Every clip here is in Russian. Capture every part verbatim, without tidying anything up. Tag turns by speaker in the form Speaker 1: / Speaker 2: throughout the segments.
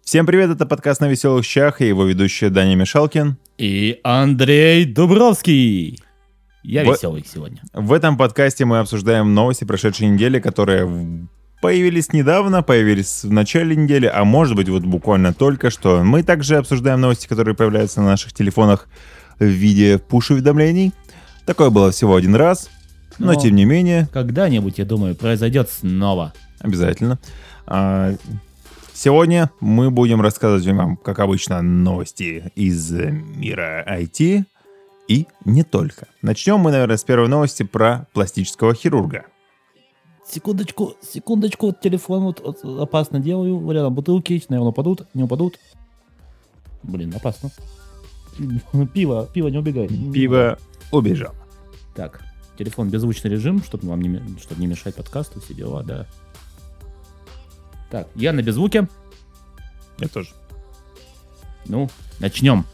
Speaker 1: Всем привет, это подкаст «На веселых щах» и его ведущие Даня Мишалкин
Speaker 2: и Андрей Дубровский. Я в... веселый сегодня.
Speaker 1: В этом подкасте мы обсуждаем новости прошедшей недели, которые появились недавно, появились в начале недели, а может быть вот буквально только что. Мы также обсуждаем новости, которые появляются на наших телефонах в виде пуш-уведомлений. Такое было всего один раз, но, но тем не менее...
Speaker 2: Когда-нибудь, я думаю, произойдет снова.
Speaker 1: Обязательно. Сегодня мы будем рассказывать вам, как обычно, новости из мира ай ти и не только. Начнем мы, наверное, с первой новости про пластического хирурга.
Speaker 2: Секундочку, секундочку, вот телефон вот, вот опасно делаю, рядом бутылки, наверное, упадут, не упадут. Блин, опасно. Пиво, пиво не убегает.
Speaker 1: Пиво убежало.
Speaker 2: Так, телефон беззвучный режим, чтобы вам не, чтобы не мешать подкасту, все дела, да. Так, я на беззвуке.
Speaker 1: Я тоже.
Speaker 2: Ну, начнем.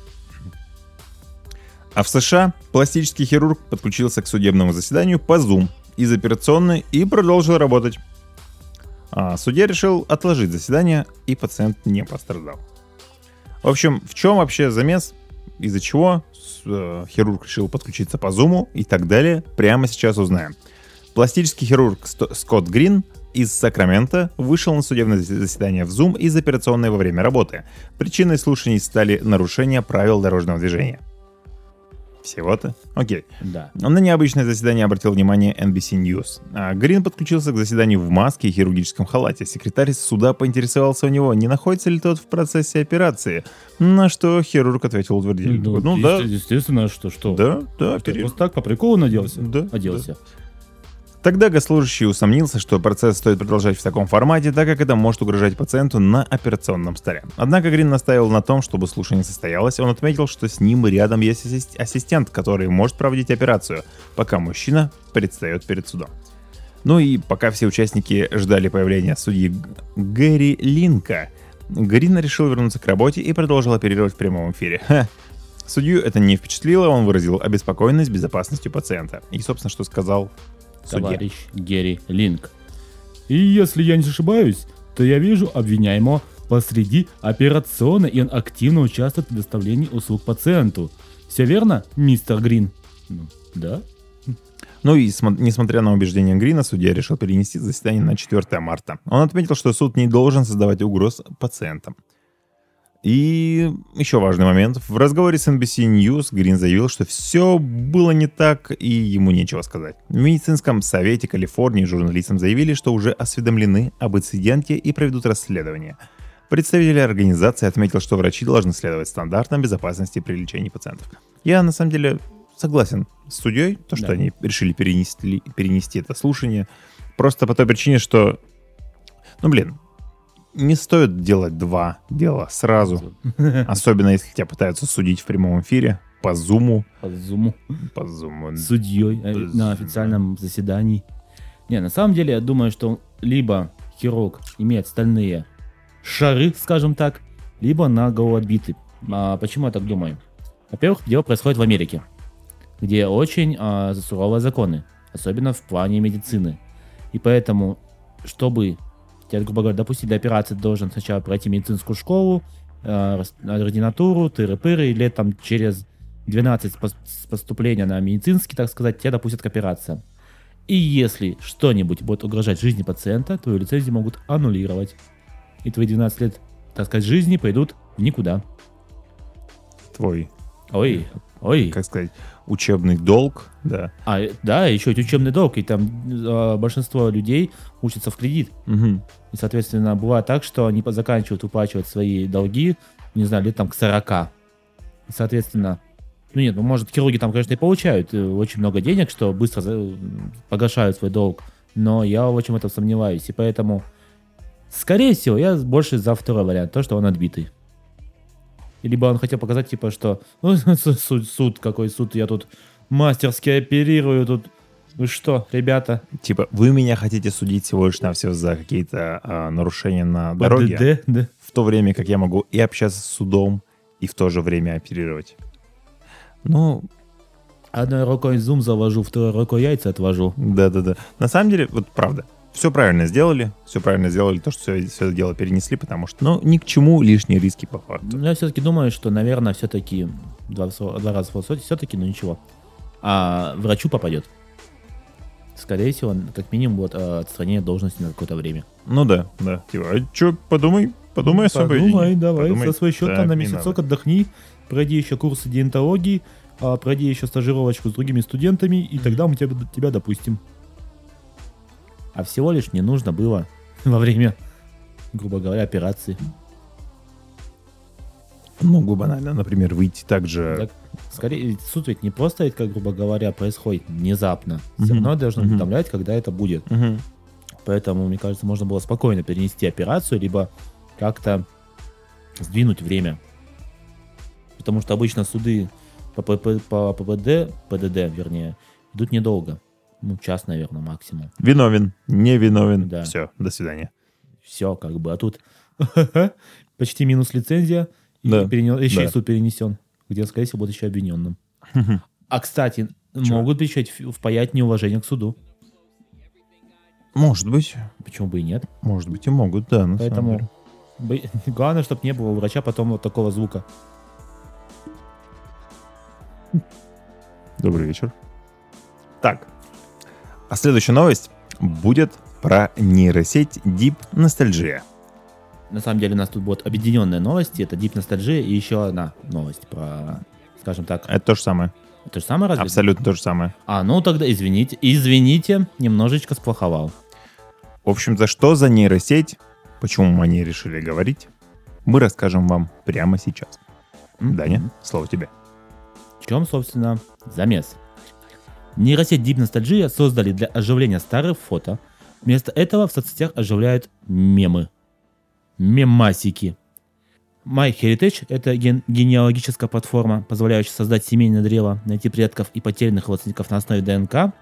Speaker 1: А в США пластический хирург подключился к судебному заседанию по Zoom из операционной и продолжил работать. А судья решил отложить заседание, и пациент не пострадал. В общем, в чем вообще замес, из-за чего э, хирург решил подключиться по Zoom и так далее, прямо сейчас узнаем. Пластический хирург Скотт Грин из Сакрамента вышел на судебное заседание в Zoom из операционной во время работы. Причиной слушаний стали нарушения правил дорожного движения. Всего-то? Окей.
Speaker 2: Да.
Speaker 1: На необычное заседание обратил внимание эн би си News. А Грин подключился к заседанию в маске и хирургическом халате. Секретарь суда поинтересовался у него, не находится ли тот в процессе операции. На что хирург ответил утвердительно.
Speaker 2: Ну, ну да. Естественно, что что?
Speaker 1: Да, да.
Speaker 2: Что, просто так по приколу наделся?
Speaker 1: Да.
Speaker 2: Оделся.
Speaker 1: Да. Тогда госслужащий усомнился, что процесс стоит продолжать в таком формате, так как это может угрожать пациенту на операционном столе. Однако Грин настаивал на том, чтобы слушание состоялось. Он отметил, что с ним рядом есть ассистент, который может проводить операцию, пока мужчина предстает перед судом. Ну и пока все участники ждали появления судьи Гэри Линка, Грин решил вернуться к работе и продолжил оперировать в прямом эфире. Ха. Судью это не впечатлило, он выразил обеспокоенность безопасностью пациента. И, собственно, что сказал
Speaker 2: товарищ Гэри Линк. И если я не ошибаюсь, то я вижу обвиняемого посреди операционной, и он активно участвует в предоставлении услуг пациенту. Все верно, мистер Грин? Ну, да.
Speaker 1: Ну и см- несмотря на убеждения Грина, судья решил перенести заседание на четвёртое марта. Он отметил, что суд не должен создавать угроз пациентам. И еще важный момент. В разговоре с эн би си News Грин заявил, что все было не так и ему нечего сказать. В медицинском совете Калифорнии журналистам заявили, что уже осведомлены об инциденте и проведут расследование. Представитель организации отметил, что врачи должны следовать стандартам безопасности при лечении пациентов. Я на самом деле согласен с судьей, то, что да. они решили перенести, перенести это слушание. Просто по той причине, что, ну блин, не стоит делать два дела сразу. Особенно, если тебя пытаются судить в прямом эфире, по зуму.
Speaker 2: По зуму.
Speaker 1: По зуму.
Speaker 2: С судьей по на официальном заседании. Не, на самом деле, я думаю, что либо хирург имеет стальные шары, скажем так, либо на голову отбитый. А почему я так думаю? Во-первых, дело происходит в Америке, где очень а, суровые законы, особенно в плане медицины. И поэтому, чтобы... Я, грубо говоря, допустим, для операции должен сначала пройти медицинскую школу, э, ординатуру, тыры-пыры, или там через двенадцать с поступления на медицинский, так сказать, тебя допустят к операциям. И если что-нибудь будет угрожать жизни пациента, твою лицензию могут аннулировать. И твои двенадцать лет, так сказать, жизни пойдут в никуда.
Speaker 1: Твой.
Speaker 2: Ой, ой.
Speaker 1: Как сказать, учебный долг, да.
Speaker 2: А, да, еще учебный долг, и там э, большинство людей учатся в кредит.
Speaker 1: Угу.
Speaker 2: И, соответственно, бывает так, что они заканчивают выплачивать свои долги, не знаю, лет там к сорока. И, соответственно, ну нет, ну, может, хирурги там, конечно, и получают очень много денег, что быстро погашают свой долг, но я очень в этом сомневаюсь. И поэтому, скорее всего, я больше за второй вариант, то, что он отбитый. Либо он хотел показать, типа, что ну, суд, суд, какой суд, я тут мастерски оперирую, тут вы что, ребята?
Speaker 1: Типа, вы меня хотите судить всего лишь навсего за какие-то а, нарушения на дороге,
Speaker 2: ПДД, да.
Speaker 1: В то время как я могу и общаться с судом, и в то же время оперировать. Ну...
Speaker 2: Одной рукой зум завожу, второй рукой яйца отвожу.
Speaker 1: Да-да-да. На самом деле, вот правда, все правильно сделали, все правильно сделали, то, что все, все это дело перенесли, потому что, ну, ни к чему лишние риски по факту.
Speaker 2: Я все-таки думаю, что, наверное, все-таки два, два раза в полсоте, все-таки, ну ничего, а врачу попадет. Скорее всего, как минимум, вот отстранение должности на какое-то время.
Speaker 1: Ну да, да. Типа, а что, подумай, подумай особо.
Speaker 2: Подумай, давай,
Speaker 1: подумай.
Speaker 2: за свой счет
Speaker 1: Так,
Speaker 2: там на
Speaker 1: не
Speaker 2: месяцок
Speaker 1: надо.
Speaker 2: отдохни, пройди еще курсы диентологии, а, пройди еще стажировочку с другими студентами, и тогда мы тебя, тебя допустим. А всего лишь не нужно было во время, грубо говоря, операции.
Speaker 1: Могу банально, например, выйти так же...
Speaker 2: Так, скорее, суд ведь не просто, ведь, как, грубо говоря, происходит внезапно. Все
Speaker 1: Мгм.
Speaker 2: равно должны
Speaker 1: Мгм.
Speaker 2: уведомлять, когда это будет.
Speaker 1: Мгм.
Speaker 2: Поэтому, мне кажется, можно было спокойно перенести операцию, либо как-то сдвинуть время. Потому что обычно суды по, П П по ППД, ПДД, вернее, идут недолго. Ну, час, наверное, максимум.
Speaker 1: Виновен, не виновен.
Speaker 2: Да.
Speaker 1: Все, до свидания.
Speaker 2: Все, как бы. А тут почти минус лицензия, и
Speaker 1: Да,
Speaker 2: перенес- еще
Speaker 1: да.
Speaker 2: и суд перенесен, где, скорее всего, будет еще обвиненным. А, кстати,
Speaker 1: Чё?
Speaker 2: могут еще впаять неуважение к суду.
Speaker 1: Может быть,
Speaker 2: Почему бы и нет?
Speaker 1: может быть и могут, да. на самом
Speaker 2: Поэтому
Speaker 1: деле.
Speaker 2: бо- главное, чтобы не было у врача потом вот такого звука.
Speaker 1: Добрый вечер. Так, а следующая новость будет про нейросеть Deep Nostalgia.
Speaker 2: На самом деле у нас тут будут объединенные новости. Это Deep Nostalgia и еще одна новость про, скажем так,
Speaker 1: Это то же самое.
Speaker 2: то же самое разве?
Speaker 1: Абсолютно то же самое.
Speaker 2: А, ну тогда извините, извините, немножечко сплоховал.
Speaker 1: В общем-то, что за нейросеть, почему мы о ней решили говорить, мы расскажем вам прямо сейчас.
Speaker 2: М?
Speaker 1: Даня, слово тебе.
Speaker 2: В чем, собственно, замес? Нейросеть Deep Nostalgia создали для оживления старых фото. Вместо этого в соцсетях оживляют мемы. Мемасики. MyHeritage — это ген- генеалогическая платформа, позволяющая создать семейное древо, найти предков и потерянных родственников на основе ДНК.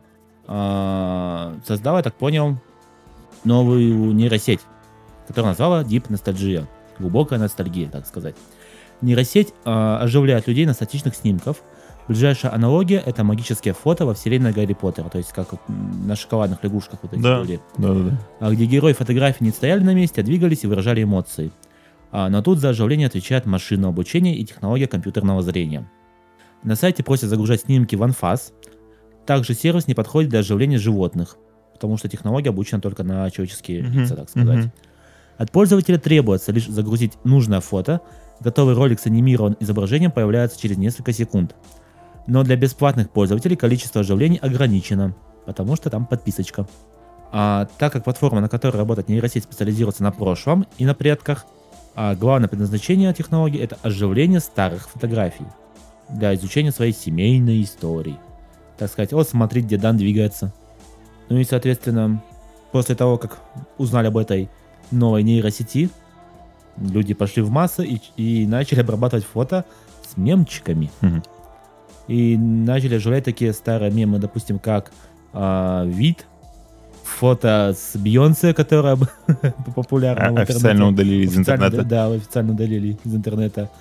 Speaker 2: А, создала, я так понял, новую нейросеть, которую назвала Deep Nostalgia. Глубокая ностальгия, так сказать. Нейросеть а, оживляет людей на статичных снимках. Ближайшая аналогия — это магические фото во вселенной Гарри Поттера, то есть как вот на шоколадных лягушках вот эти
Speaker 1: Да,
Speaker 2: были.
Speaker 1: да, да, да.
Speaker 2: А, где герои фотографий не стояли на месте, а двигались и выражали эмоции. А, но тут за оживление отвечает машинное обучение и технология компьютерного зрения. На сайте просят загружать снимки в анфас. Также сервис не подходит для оживления животных, потому что технология обучена только на человеческие
Speaker 1: Мгм,
Speaker 2: лица, так сказать.
Speaker 1: мгм.
Speaker 2: От пользователя требуется лишь загрузить нужное фото. Готовый ролик с анимированным изображением появляется через несколько секунд. Но для бесплатных пользователей количество оживлений ограничено, потому что там подписочка. А так как платформа, на которой работает нейросеть, специализируется на прошлом и на предках, а главное предназначение технологии — это оживление старых фотографий для изучения своей семейной истории. Так сказать, вот смотри, где Дан двигается. Ну и, соответственно, после того, как узнали об этой новой нейросети, люди пошли в массы и, и начали обрабатывать фото с мемчиками.
Speaker 1: Мгм.
Speaker 2: И начали оживлять такие старые мемы, допустим, как а, вид, фото с Бейонсе, которая популярна
Speaker 1: А-
Speaker 2: в интернете.
Speaker 1: официально удалили из
Speaker 2: Официально,
Speaker 1: интернета.
Speaker 2: Да, официально удалили из интернета.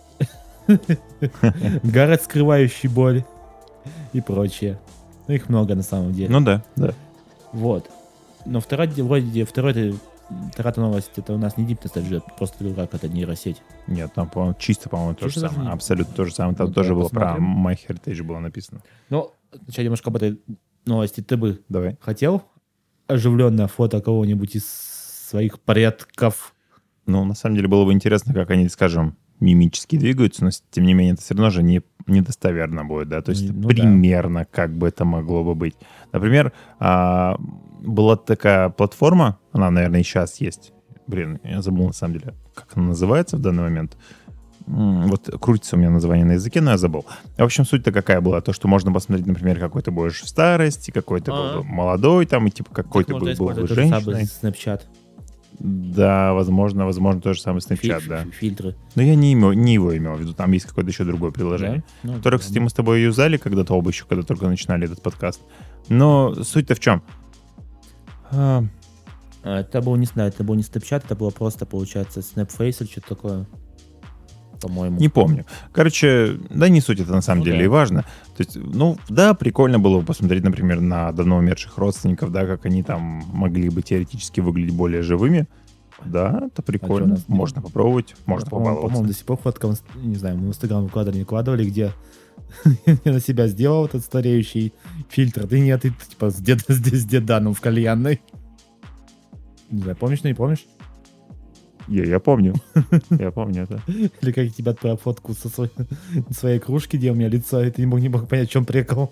Speaker 2: Гаррет, скрывающий боль и прочее. Ну, их много на самом деле.
Speaker 1: Ну да, да.
Speaker 2: Вот. Но вторая, вроде, второй, вторая новость, это у нас не Deep Nostalgia, просто как это нейросеть.
Speaker 1: Нет, там, по-моему, чисто, по-моему, то же
Speaker 2: Чисто
Speaker 1: самое.
Speaker 2: даже-
Speaker 1: Абсолютно то же самое. Там
Speaker 2: Ну,
Speaker 1: тоже
Speaker 2: давай
Speaker 1: было про
Speaker 2: посмотрим.
Speaker 1: MyHeritage было написано.
Speaker 2: Ну, сначала немножко об этой новости. Ты бы
Speaker 1: Давай.
Speaker 2: хотел оживленное фото кого-нибудь из своих предков?
Speaker 1: Ну, на самом деле, было бы интересно, как они, скажем, мимически двигаются, но, тем не менее, это все равно же не, недостоверно будет, да? То есть
Speaker 2: Ну,
Speaker 1: примерно как бы это могло бы быть. Например, а, была такая платформа, она, наверное, и сейчас есть. Блин, я забыл, на самом деле, как она называется в данный момент. М, Вот крутится у меня название на языке, но я забыл. В общем, суть-то какая была? То, что можно посмотреть, например, какой ты будешь в старости, какой ты
Speaker 2: А.
Speaker 1: был бы молодой, там, и типа какой ты
Speaker 2: Можно
Speaker 1: был, был бы
Speaker 2: использовать тот же самый
Speaker 1: женщиной.
Speaker 2: Snapchat.
Speaker 1: Да, возможно, возможно, то же самое Snapchat,
Speaker 2: Фи-
Speaker 1: да.
Speaker 2: фи- Фильтры.
Speaker 1: Но я не, имел, не его имел в виду, там есть какое-то еще другое приложение.
Speaker 2: Да? Ну,
Speaker 1: Которое, кстати, мы с тобой юзали когда-то оба еще, когда только начинали этот подкаст. Но суть-то в чем? А,
Speaker 2: а, Это был не знаю, это был не Snapchat, это было просто, получается, Snapface или что-то такое. по-моему.
Speaker 1: Не помню. Короче, да не суть это на самом
Speaker 2: Ну
Speaker 1: деле
Speaker 2: да.
Speaker 1: и важно. То есть, ну, да, прикольно было бы посмотреть, например, на давно умерших родственников, да, как они там могли бы теоретически выглядеть более живыми. Да, это прикольно.
Speaker 2: нас-
Speaker 1: Можно попробовать, можно
Speaker 2: По-моему,
Speaker 1: побаловаться.
Speaker 2: по-моему, до сих пор фотка, в инст- не знаю, мы в Инстаграм выкладывали, не выкладывали, где я на себя сделал этот стареющий фильтр. Ты нет, ты типа с, дед, с, дед- с деданом в кальянной. Не знаю, помнишь, ну не помнишь?
Speaker 1: Я, я помню. Я помню это.
Speaker 2: Или как я тебе отправил фотку со своей, своей кружки, где у меня лицо, и ты не мог, не мог понять, в чем прикол.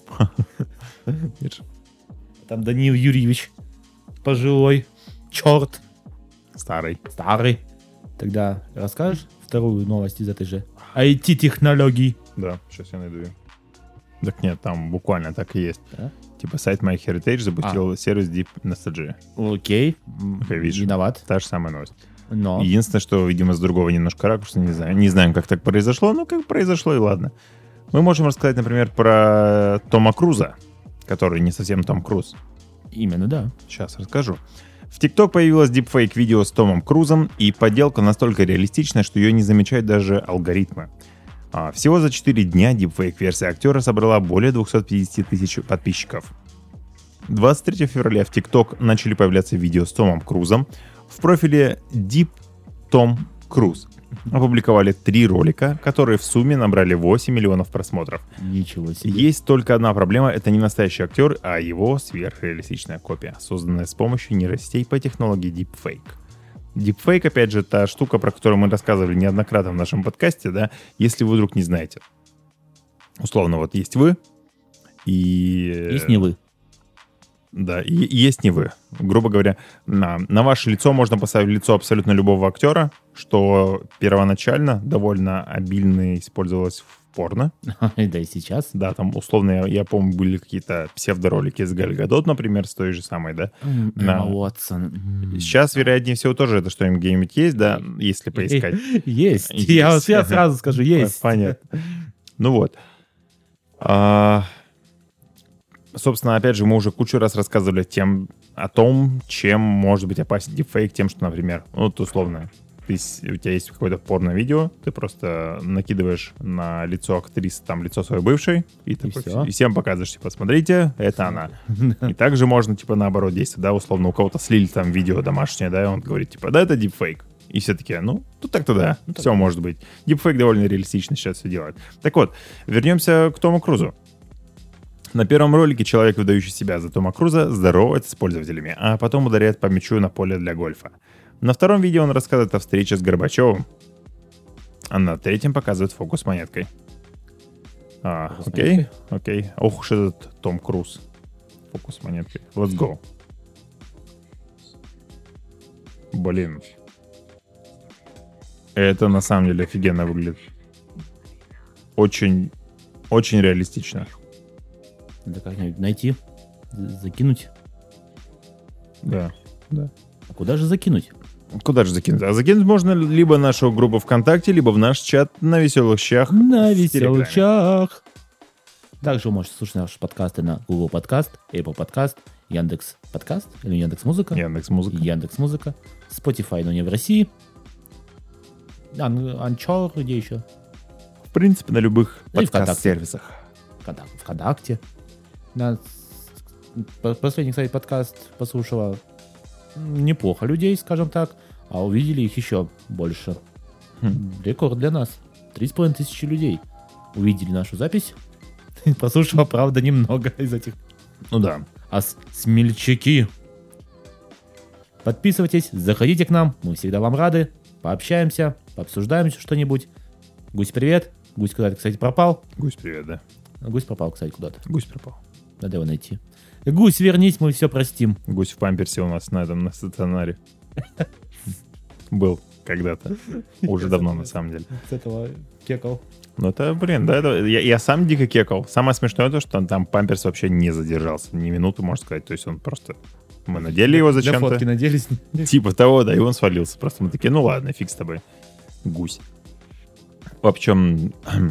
Speaker 2: Там Даниил Юрьевич, пожилой, черт,
Speaker 1: Старый.
Speaker 2: старый. Тогда расскажешь вторую новость из этой же ай ти-технологий?
Speaker 1: Да, сейчас я найду ее. Так нет, там буквально так и есть.
Speaker 2: Да?
Speaker 1: Типа сайт MyHeritage запустил сервис Deep Nostalgia.
Speaker 2: Окей,
Speaker 1: Как видишь.
Speaker 2: виноват.
Speaker 1: Та же самая новость.
Speaker 2: Но
Speaker 1: Единственное, что, видимо, с другого немножко ракурса, не знаю. Не знаем, как так произошло, но как произошло, и ладно. Мы можем рассказать, например, про Тома Круза, который не совсем Том Круз.
Speaker 2: именно, да.
Speaker 1: Сейчас расскажу. В TikTok появилось дипфейк-видео с Томом Крузом, и подделка настолько реалистичная, что ее не замечают даже алгоритмы. А, всего за четыре дня дипфейк-версия актера собрала более двести пятьдесят тысяч подписчиков. двадцать третьего февраля в TikTok начали появляться видео с Томом Крузом. В профиле Deep Tom Cruise опубликовали три ролика, которые в сумме набрали восемь миллионов просмотров.
Speaker 2: Ничего себе.
Speaker 1: Есть только одна проблема — это не настоящий актер, а его сверхреалистичная копия, созданная с помощью нейросетей по технологии Deepfake. Deepfake, опять же, та штука, про которую мы рассказывали неоднократно в нашем подкасте, да, если вы вдруг не знаете. Условно, вот есть вы, и...
Speaker 2: Есть не вы.
Speaker 1: Да, и, и есть не вы. Грубо говоря, на, на ваше лицо можно поставить лицо абсолютно любого актера, что первоначально довольно обильно использовалось в порно.
Speaker 2: Да и сейчас.
Speaker 1: Да, там условно, я, я помню, были какие-то псевдоролики с Галь Гадот, например, с той же самой, да.
Speaker 2: Эмма Уотсон. М.
Speaker 1: Сейчас, вероятнее всего, тоже это что-нибудь где-нибудь есть, да, если поискать.
Speaker 2: Есть.
Speaker 1: Есть.
Speaker 2: Я, вот- я сразу скажу, есть.
Speaker 1: Понятно. Ну вот. А, собственно, опять же, мы уже кучу раз рассказывали тем, о том, чем может быть опасен дипфейк, тем, что, например, ну, вот условно, ты, с- у тебя есть какое-то порно-видео, ты просто накидываешь на лицо актрисы, там, лицо своей бывшей, и, такой,
Speaker 2: всё.
Speaker 1: и всем показываешь, типа, смотрите, это она. И также можно, типа, наоборот действовать, да, условно, у кого-то слили там видео домашнее, да, и он говорит, типа, да, это дипфейк. И все таки ну, ну так-то да, все может быть. Дипфейк довольно реалистично сейчас все делает. Так вот, вернемся к Тому Крузу. На первом ролике человек, выдающий себя за Тома Круза, здоровается с пользователями, а потом ударяет по мячу на поле для гольфа. На втором видео он рассказывает о встрече с Горбачевым, а на третьем показывает фокус с монеткой. А,
Speaker 2: Фокус с
Speaker 1: окей,
Speaker 2: монеткой?
Speaker 1: окей. Ох уж этот Том Круз. Фокус с монеткой. Let's go. Блин. Это на самом деле офигенно выглядит. Очень, очень реалистично.
Speaker 2: Надо как-нибудь найти, за- закинуть.
Speaker 1: Да, да.
Speaker 2: А куда же закинуть?
Speaker 1: Куда же закинуть? А закинуть можно либо в нашу группу ВКонтакте, либо в наш чат на веселых щах.
Speaker 2: На
Speaker 1: в
Speaker 2: веселых
Speaker 1: Телеграме.
Speaker 2: щах. Также вы можете слушать наши подкасты на Google Подкаст, Apple Подкаст, Яндекс Подкаст или Яндекс Музыка.
Speaker 1: Яндекс.Музыка.
Speaker 2: Яндекс Музыка, Spotify, но не в России. Ан- Анчор, где еще?
Speaker 1: В принципе, на любых
Speaker 2: Ну и
Speaker 1: подкаст-сервисах.
Speaker 2: Вконтак- Вконтакте. На с- по- последний, кстати, подкаст послушала м, неплохо людей, скажем так, а увидели их еще больше.
Speaker 1: Хм.
Speaker 2: Рекорд для нас. Три с половиной тысячи людей увидели нашу запись. Послушала, правда, немного из этих.
Speaker 1: Ну да.
Speaker 2: А с- смельчаки. Подписывайтесь, заходите к нам, мы всегда вам рады. Пообщаемся, пообсуждаем что-нибудь. Гусь, привет. Гусь куда-то, кстати, пропал.
Speaker 1: Гусь, привет, да.
Speaker 2: Гусь пропал, кстати, куда-то.
Speaker 1: Гусь пропал.
Speaker 2: Надо его найти. Гусь, вернись, мы все простим.
Speaker 1: Гусь в памперсе у нас на этом, на стационаре. Был когда-то. Уже давно, на самом деле.
Speaker 2: С этого кекал.
Speaker 1: Ну это, блин, да, это, я, я сам дико кекал. Самое смешное то, что там, там памперс вообще не задержался. Ни минуты, можно сказать. То есть он просто... Мы надели его
Speaker 2: Для
Speaker 1: зачем-то.
Speaker 2: фотки наделись.
Speaker 1: Типа того, да, и он свалился. Просто мы такие, ну ладно, фиг с тобой. Гусь. В общем,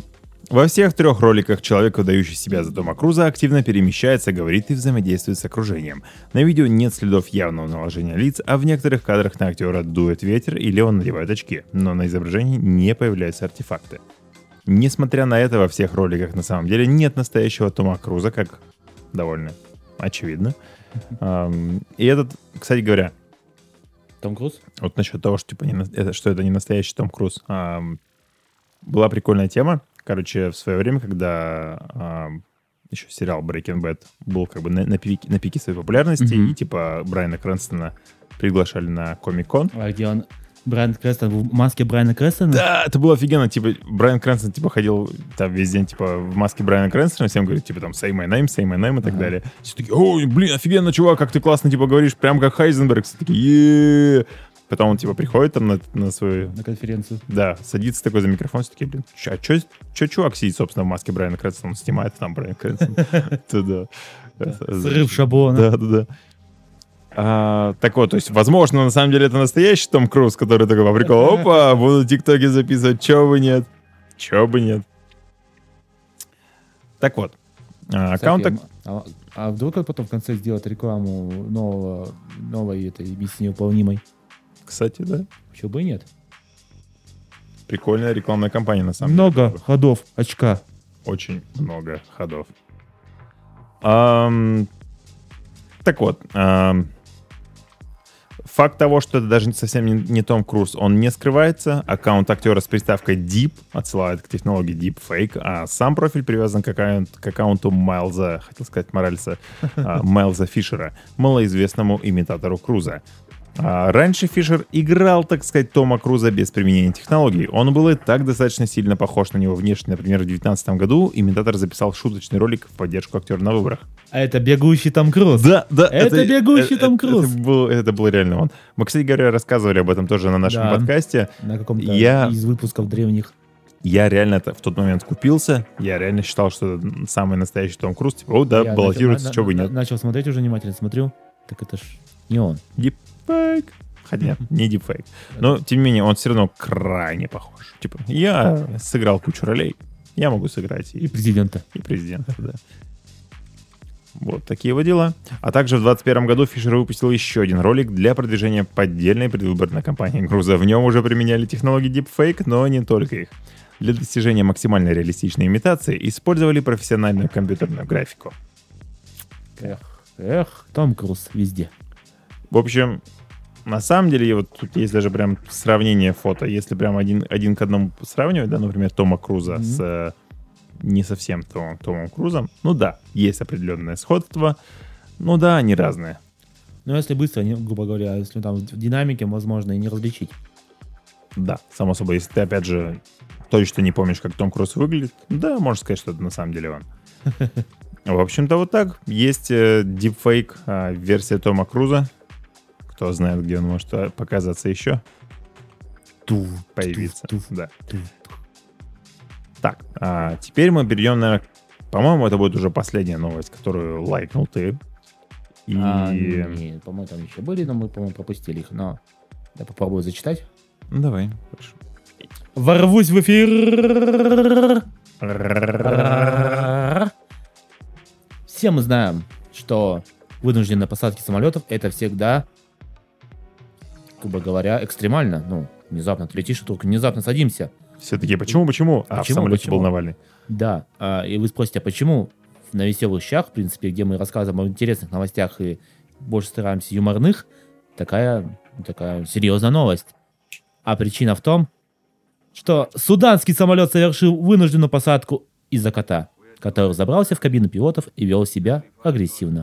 Speaker 1: Во всех трех роликах человек, выдающий себя за Тома Круза, активно перемещается, говорит и взаимодействует с окружением. На видео нет следов явного наложения лиц, а в некоторых кадрах на актера дует ветер или он надевает очки, но на изображении не появляются артефакты. Несмотря на это, во всех роликах на самом деле нет настоящего Тома Круза, как довольно очевидно. И этот, кстати говоря...
Speaker 2: Том Круз?
Speaker 1: Вот насчет того, что, типа, не, это, что это не настоящий Том Круз. Была прикольная тема. Короче, в свое время, когда а, еще сериал Breaking Bad был как бы на, на, пике, на пике своей популярности, mm-hmm. и типа Брайана Крэнстона приглашали на Комик-кон.
Speaker 2: А где он? Брайан Крэнстон в маске Брайана Крэнстона?
Speaker 1: Да, это было офигенно. Типа Брайан Крэнстон типа ходил там весь день типа в маске Брайана Крэнстона, всем говорит типа там say my name, say my name и так ага. далее. Все такие, ой, блин, офигенно, чувак, как ты классно типа говоришь, прям как Хайзенберг. Все такие, е-е-е. Потом он, типа, приходит там на, на свою...
Speaker 2: На конференцию.
Speaker 1: Да, садится такой за микрофон, все такие, блин, а чё чувак сидит, собственно, в маске Брайана Крэнстона, он снимает там Брайан Крэнстон.
Speaker 2: Срыв шаблона.
Speaker 1: Да, да, да. Так вот, то есть, возможно, на самом деле это настоящий Том Круз, который такой по приколу, опа, буду тиктоки записывать, чё бы нет, чё бы нет. Так вот, аккаунт...
Speaker 2: А вдруг он потом в конце сделает рекламу нового, новой этой миссии невыполнимой?
Speaker 1: Кстати, да.
Speaker 2: Почему бы и нет?
Speaker 1: Прикольная рекламная кампания, на самом
Speaker 2: много
Speaker 1: деле.
Speaker 2: Много ходов, очка.
Speaker 1: Очень много ходов. Um, так вот. Um, факт того, что это даже совсем не, не Том Круз, он не скрывается. Аккаунт актера с приставкой Deep отсылает к технологии Deepfake, а сам профиль привязан к, аккаунт, к аккаунту Майлза, хотел сказать Моральса, Майлза Фишера, малоизвестному имитатору Круза. А раньше Фишер играл, так сказать, Тома Круза без применения технологий. Он был и так достаточно сильно похож на него внешне. Например, в две тысячи девятнадцатом году имитатор записал шуточный ролик в поддержку актера на выборах.
Speaker 2: А это бегущий Том Круз?
Speaker 1: Да, да.
Speaker 2: Это, это бегущий
Speaker 1: это,
Speaker 2: Том Круз.
Speaker 1: Это, это, был, это был реально он. Мы, кстати говоря, рассказывали об этом тоже на нашем да, подкасте.
Speaker 2: На каком-то
Speaker 1: я,
Speaker 2: из выпусков древних.
Speaker 1: Я реально в тот момент купился. Я реально считал, что это самый настоящий Том Круз. Типа, о, да, я баллотируется,
Speaker 2: начал,
Speaker 1: чего бы
Speaker 2: на,
Speaker 1: нет.
Speaker 2: Начал смотреть уже внимательно, смотрю. Так это ж не он.
Speaker 1: Дипфейк. Хотя нет, не дипфейк. Но, тем не менее, он все равно крайне похож. Типа, я сыграл кучу ролей. Я могу сыграть.
Speaker 2: И, и президента.
Speaker 1: И президента, да. Вот такие вот дела. А также в двадцать первом году Фишер выпустил еще один ролик для продвижения поддельной предвыборной кампании Круза. В нем уже применяли технологии дипфейк, но не только их. Для достижения максимально реалистичной имитации использовали профессиональную компьютерную графику.
Speaker 2: Эх, эх, Том Круз везде.
Speaker 1: В общем... На самом деле, вот тут есть даже прям сравнение фото. Если прям один, один к одному сравнивать, да, например, Тома Круза mm-hmm. с э, не совсем Томом, Томом Крузом, ну да, есть определенное сходство, ну да, они разные.
Speaker 2: Ну, если быстро, не, грубо говоря, если там в динамике, возможно, и не различить.
Speaker 1: Да, само собой, если ты, опять же, точно не помнишь, как Том Круз выглядит, да, можно сказать, что это на самом деле он. В общем-то, вот так. Есть э, дипфейк, э, версия Тома Круза. Кто знает, где он может показаться еще.
Speaker 2: Ту,
Speaker 1: появиться.
Speaker 2: Ту, ту,
Speaker 1: да.
Speaker 2: Ту.
Speaker 1: Так, а теперь мы перейдем, наверное, по-моему, это будет уже последняя новость, которую лайкнул ты.
Speaker 2: И... А, не, по-моему, там еще были, но мы, по-моему, пропустили их. Но я попробую зачитать.
Speaker 1: Ну, давай. Хорошо.
Speaker 2: Ворвусь в эфир. Все мы знаем, что вынужденные посадки самолетов — это всегда, грубо говоря, экстремально. Ну, внезапно ты летишь, и только внезапно садимся.
Speaker 1: Все такие, почему, почему? А почему, в самолете почему? Был Навальный.
Speaker 2: Да, а, и вы спросите, а почему на веселых щах, в принципе, где мы рассказываем о интересных новостях и больше стараемся юморных, такая, такая серьезная новость. А причина в том, что суданский самолет совершил вынужденную посадку из-за кота, который забрался в кабину пилотов и вел себя агрессивно.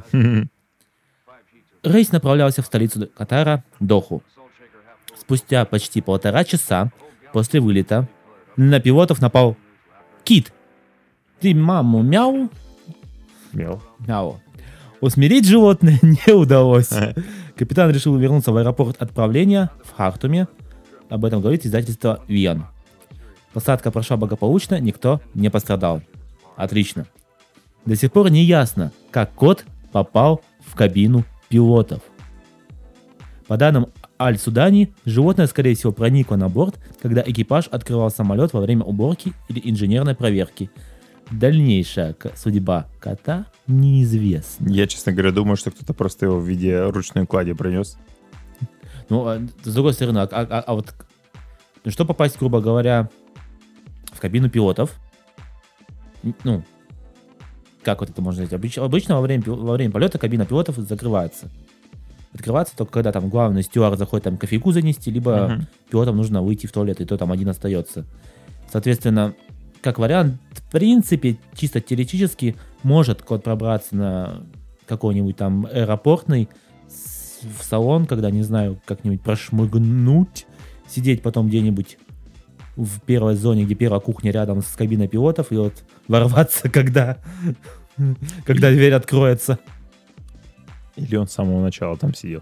Speaker 2: Рейс направлялся в столицу Катара, Доху. Спустя почти полтора часа после вылета на пилотов напал кит. Ты маму мяу?
Speaker 1: Мяу.
Speaker 2: Мяу. Усмирить животное не удалось. Капитан решил вернуться в аэропорт отправления в Хартуме. Об этом говорит издательство Виан. Посадка прошла благополучно, никто не пострадал. Отлично. До сих пор не ясно, как кот попал в кабину пилотов. По данным Аль-Судани животное, скорее всего, проникло на борт, когда экипаж открывал самолет во время уборки или инженерной проверки. Дальнейшая к- судьба кота неизвестна.
Speaker 1: Я, честно говоря, думаю, что кто-то просто его в виде ручной клади принес.
Speaker 2: Ну, а, с другой стороны, а, а- а вот ну, что попасть, грубо говоря, в кабину пилотов? Н- Ну, как вот это можно сказать? Обыч- обычно во время, пил- во время полета кабина пилотов закрывается. Открывается только когда там главный стюард заходит там кофейку занести, либо
Speaker 1: Мгм.
Speaker 2: пилотам нужно выйти в туалет, и то там один остается. Соответственно, как вариант, в принципе, чисто теоретически может кот пробраться на какой-нибудь там аэропортный с- в салон, когда, не знаю, как-нибудь прошмыгнуть, сидеть потом где-нибудь в первой зоне, где первая кухня рядом с кабиной пилотов, и вот ворваться, когда, когда дверь откроется.
Speaker 1: Или он с самого начала там сидел.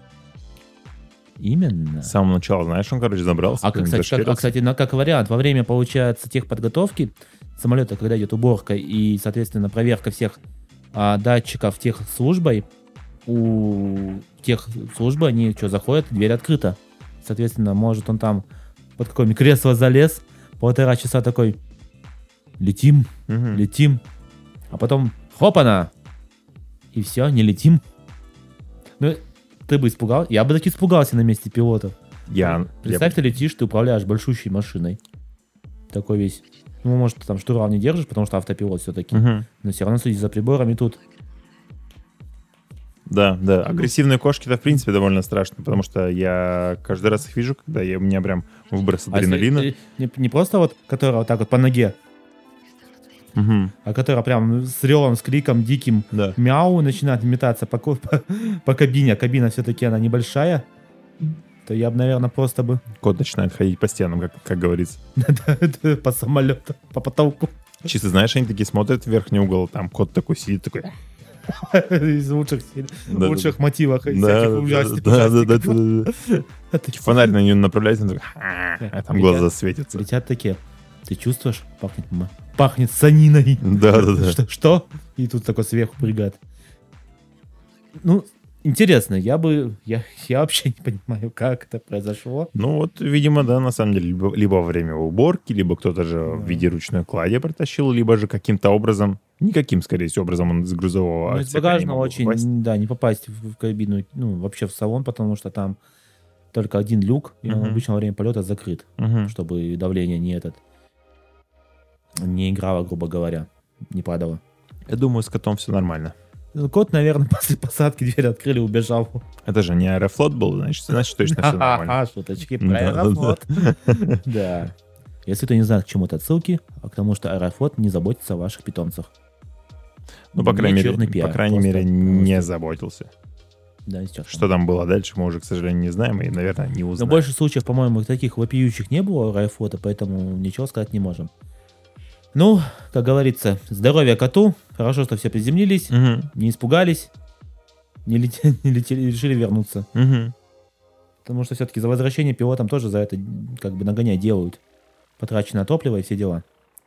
Speaker 2: Именно.
Speaker 1: С самого начала, знаешь, он, короче, забрался.
Speaker 2: А, как, кстати, как, а, кстати, на, как вариант, во время, получается, техподготовки самолета, когда идет уборка и, соответственно, проверка всех а, датчиков техслужбой, у техслужбы они что, заходят, дверь открыта. Соответственно, может он там под какое-нибудь кресло залез, полтора часа такой, летим,
Speaker 1: Мгм.
Speaker 2: летим, а потом хопана, и все, не летим. Ну, ты бы испугал, я бы таки испугался на месте пилотов.
Speaker 1: Я,
Speaker 2: Представь, ты летишь, ты управляешь большущей машиной. Такой весь. Ну, может, ты там штурвал не держишь, потому что автопилот все-таки.
Speaker 1: я- Мгм.
Speaker 2: Но все равно следишь за приборами тут.
Speaker 1: Да, да. Агрессивные кошки это в принципе довольно страшно, потому что я каждый раз их вижу, когда я, у меня прям выброс
Speaker 2: А если
Speaker 1: адреналина.
Speaker 2: ты не, не просто вот, которая вот так вот по ноге,
Speaker 1: Мгм.
Speaker 2: а которая прям с ревом, с криком диким
Speaker 1: Да.
Speaker 2: мяу начинает метаться по, ко- по, по кабине, а кабина все-таки она небольшая, то я бы, наверное, просто бы
Speaker 1: Кот начинает ходить по стенам, как, как говорится.
Speaker 2: по самолету, по потолку.
Speaker 1: Чисто, знаешь, они такие смотрят в верхний угол, там кот такой сидит, такой...
Speaker 2: Из лучших,
Speaker 1: Да,
Speaker 2: лучших мотивах и
Speaker 1: Да,
Speaker 2: всяких
Speaker 1: да,
Speaker 2: ужастиков.
Speaker 1: да, да, да,
Speaker 2: ужастиков.
Speaker 1: да, да.
Speaker 2: Это
Speaker 1: Фонарь на нее направляется, он такой, а там глаза светятся.
Speaker 2: Летят такие. Ты чувствуешь? Пахнет, м- пахнет саниной.
Speaker 1: Да, да, да.
Speaker 2: Что? Что? И тут такой сверху прыгает. Ну, интересно, я бы... Я, я вообще не понимаю, как это произошло.
Speaker 1: Ну вот, видимо, да, на самом деле, либо, либо во время уборки, либо кто-то же в виде ручной клади протащил, либо же каким-то образом, никаким, скорее всего, образом он из грузового
Speaker 2: Ну, из
Speaker 1: отсека не
Speaker 2: багажного
Speaker 1: мог
Speaker 2: очень,
Speaker 1: попасть.
Speaker 2: да, не попасть в, в кабину, ну, вообще в салон, потому что там только один люк, и он
Speaker 1: Мгм.
Speaker 2: обычно во время полета закрыт,
Speaker 1: Мгм.
Speaker 2: чтобы давление не этот... Не играло, грубо говоря, не падало.
Speaker 1: Я думаю, с котом все нормально.
Speaker 2: Ну, Кот, наверное, после посадки дверь открыли, убежал.
Speaker 1: Это же не Аэрофлот был, значит, значит точно все нормально.
Speaker 2: Ага, шуточки про
Speaker 1: Да, да,
Speaker 2: Аэрофлот. Да. Если ты не знаешь, к чему это отсылки, а к тому, что Аэрофлот не заботится о ваших питомцах.
Speaker 1: Ну, по
Speaker 2: Не
Speaker 1: крайней
Speaker 2: черный
Speaker 1: мере,
Speaker 2: пиар,
Speaker 1: по крайней
Speaker 2: просто-
Speaker 1: мере, не
Speaker 2: просто-
Speaker 1: заботился.
Speaker 2: Да, сейчас.
Speaker 1: Что там было дальше, мы уже, к сожалению, не знаем и, наверное, не
Speaker 2: Но
Speaker 1: узнаем.
Speaker 2: больше случаев, по-моему, таких вопиющих не было у Аэрофлота, поэтому ничего сказать не можем. Ну, как говорится, здоровья коту. Хорошо, что все приземлились,
Speaker 1: Мгм.
Speaker 2: не испугались, не, лете- не летели, решили вернуться.
Speaker 1: Мгм.
Speaker 2: Потому что все-таки за возвращение пилотам тоже за это как бы нагоняй делают. Потраченное топливо и все дела.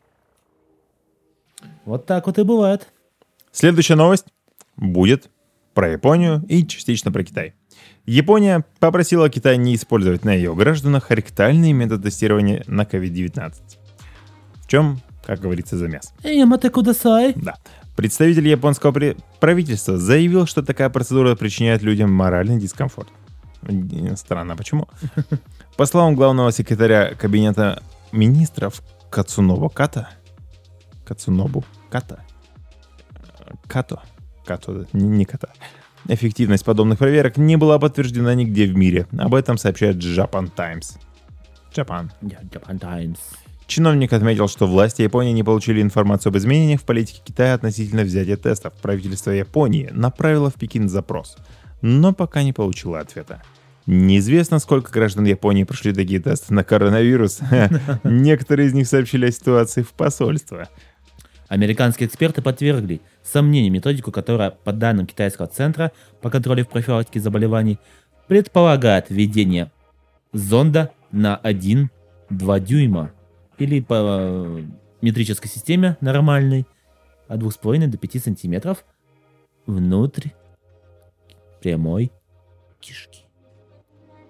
Speaker 2: Вот так вот и бывает.
Speaker 1: Следующая новость будет про Японию и частично про Китай. Япония попросила Китай не использовать на ее гражданах ректальные методы тестирования на ковид девятнадцать. В чем, как говорится, замес?
Speaker 2: Эй, мате кудасай.
Speaker 1: Да. Представитель японского пре- правительства заявил, что такая процедура причиняет людям моральный дискомфорт. М, Странно, почему? По словам главного секретаря кабинета министров Кацунобу Ката, Кацунобу Ката, Като, Като, не, не Ката, эффективность подобных проверок не была подтверждена нигде в мире. Об этом сообщает Japan Times. Japan.
Speaker 2: Japan Times.
Speaker 1: Чиновник отметил, что власти Японии не получили информацию об изменениях в политике Китая относительно взятия тестов. Правительство Японии направило в Пекин запрос, но пока не получило ответа. Неизвестно, сколько граждан Японии прошли такие тесты на коронавирус. Некоторые из них сообщили о ситуации в посольство.
Speaker 2: Американские эксперты подвергли сомнению методику, которая, по данным китайского центра по контролю в профилактике заболеваний, предполагает введение зонда на один-два дюйма или по э, метрической системе нормальной от двух с половиной до пяти сантиметров внутрь прямой кишки.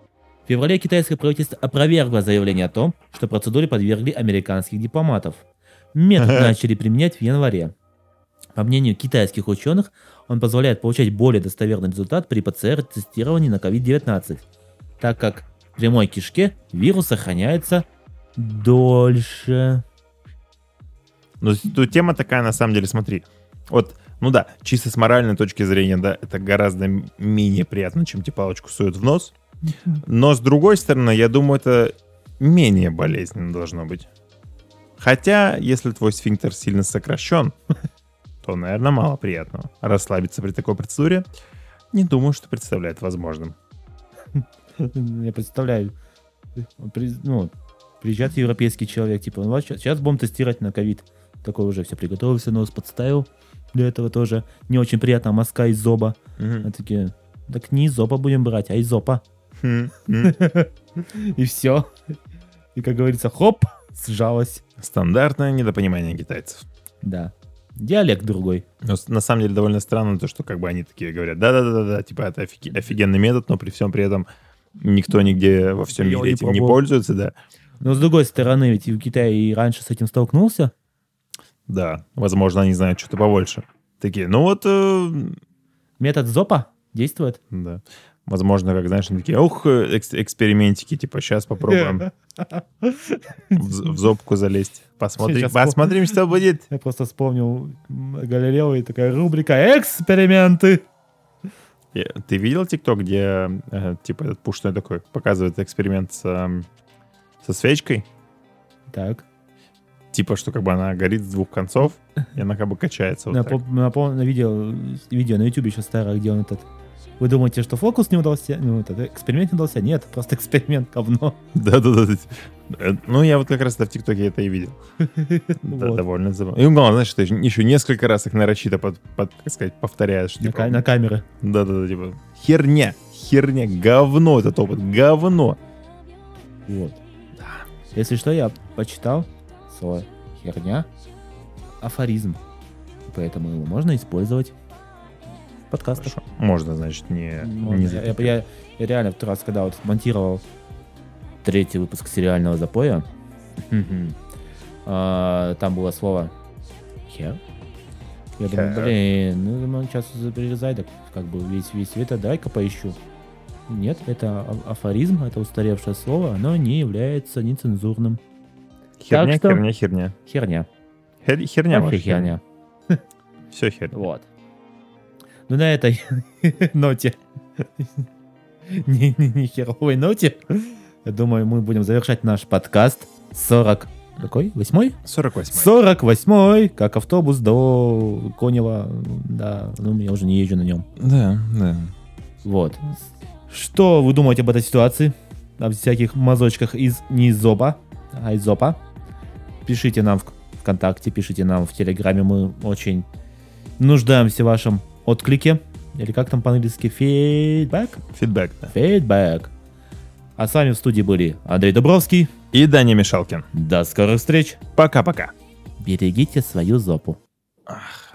Speaker 2: В феврале китайское правительство опровергло заявление о том, что процедуре подвергли американских дипломатов. Метод начали применять в январе. По мнению китайских ученых, он позволяет получать более достоверный результат при ПЦР-тестировании на ковид девятнадцать, так как в прямой кишке вирус сохраняется дольше.
Speaker 1: Но тут тема такая, на самом деле, смотри. Вот, ну да, чисто с моральной точки зрения, да, это гораздо менее приятно, чем тебе палочку суют в нос. Но с другой стороны, я думаю, это менее болезненно должно быть. Хотя, если твой сфинктер сильно сокращен, то, наверное, мало приятного. Расслабиться при такой процедуре не думаю, что представляет возможным.
Speaker 2: Я представляю, ну, приезжает европейский человек, типа, ну, сейчас, сейчас будем тестировать на ковид. Такой уже все приготовился, нос подставил. Для этого тоже не очень приятно, мазка из зоба.
Speaker 1: Угу.
Speaker 2: А такие, так не из зоба будем брать, а из зопа. И все. И, как говорится, хоп, сжалось.
Speaker 1: Стандартное недопонимание китайцев.
Speaker 2: Да. Диалект другой.
Speaker 1: Но на самом деле довольно странно то, что как бы они такие говорят, да-да-да-да, типа это офиг... офигенный метод, но при всем при этом никто нигде во всем мире этим не пользуется, да.
Speaker 2: Но с другой стороны, ведь в Китае и раньше с этим столкнулся.
Speaker 1: Да, возможно, они знают что-то побольше. Такие, ну вот... Э...
Speaker 2: Метод зопа действует.
Speaker 1: Да. Возможно, как, знаешь, они такие, ух, экс- экспериментики, типа, сейчас попробуем в, в зобку залезть. Посмотрим,
Speaker 2: Сейчас
Speaker 1: посмотрим,
Speaker 2: пом-
Speaker 1: что будет.
Speaker 2: Я просто вспомнил Галилео и такая рубрика «Эксперименты».
Speaker 1: Ты видел ТикТок, где, э, типа, этот пушной такой показывает эксперимент с, э, со свечкой?
Speaker 2: Так.
Speaker 1: Типа, что как бы она горит с двух концов, и она как бы качается вот
Speaker 2: Напом-
Speaker 1: так.
Speaker 2: напом- на видео, видео на YouTube еще старое, где он этот... Вы думаете, что фокус не удался? Ну, этот эксперимент не удался? Нет, просто эксперимент говно.
Speaker 1: Да-да-да. Ну, я вот как раз в ТикТоке это и видел. Да, довольно забавно. И главное, знаешь, ты еще несколько раз их нарочито, под, под, как сказать, повторяешь.
Speaker 2: На, ка- на камеры.
Speaker 1: Да-да-да, типа, херня, херня, говно этот опыт, говно.
Speaker 2: Вот. Если что, я почитал слово херня, афоризм. Поэтому его можно использовать в подкастах.
Speaker 1: Хорошо. Можно, значит, не...
Speaker 2: Можно.
Speaker 1: не
Speaker 2: я, я, я, я реально в тот раз, когда вот монтировал третий выпуск сериального запоя, а, там было слово хер. Я думаю,
Speaker 1: Хер.
Speaker 2: блин, ну думаю, сейчас перерезай, так как бы весь весь это, дай-ка поищу. Нет, это а- афоризм, это устаревшее слово, оно не является нецензурным.
Speaker 1: Херня,
Speaker 2: Так что-
Speaker 1: херня, херня.
Speaker 2: Херня.
Speaker 1: Хер- Херня,
Speaker 2: Вообще
Speaker 1: вообще
Speaker 2: херня.
Speaker 1: Все херня.
Speaker 2: Вот. Ну, на этой ноте, не, не, не херовой ноте, я думаю, мы будем завершать наш подкаст сорок... Какой? Восьмой?
Speaker 1: сорок восьмой.
Speaker 2: сорок восьмой, как автобус до Конева. Да, ну, я уже не езжу на нем.
Speaker 1: Да, да.
Speaker 2: Вот. Что вы думаете об этой ситуации? Об всяких мазочках из не из зоба, а из зопа? Пишите нам в ВКонтакте, пишите нам в Телеграме. Мы очень нуждаемся в вашем отклике. Или как там по-английски? Фидбэк?
Speaker 1: Фидбэк, да.
Speaker 2: Фидбэк. А с вами в студии были Андрей Дубровский.
Speaker 1: И Даня Мишалкин.
Speaker 2: До скорых встреч.
Speaker 1: Пока-пока.
Speaker 2: Берегите свою зопу.
Speaker 1: Ах.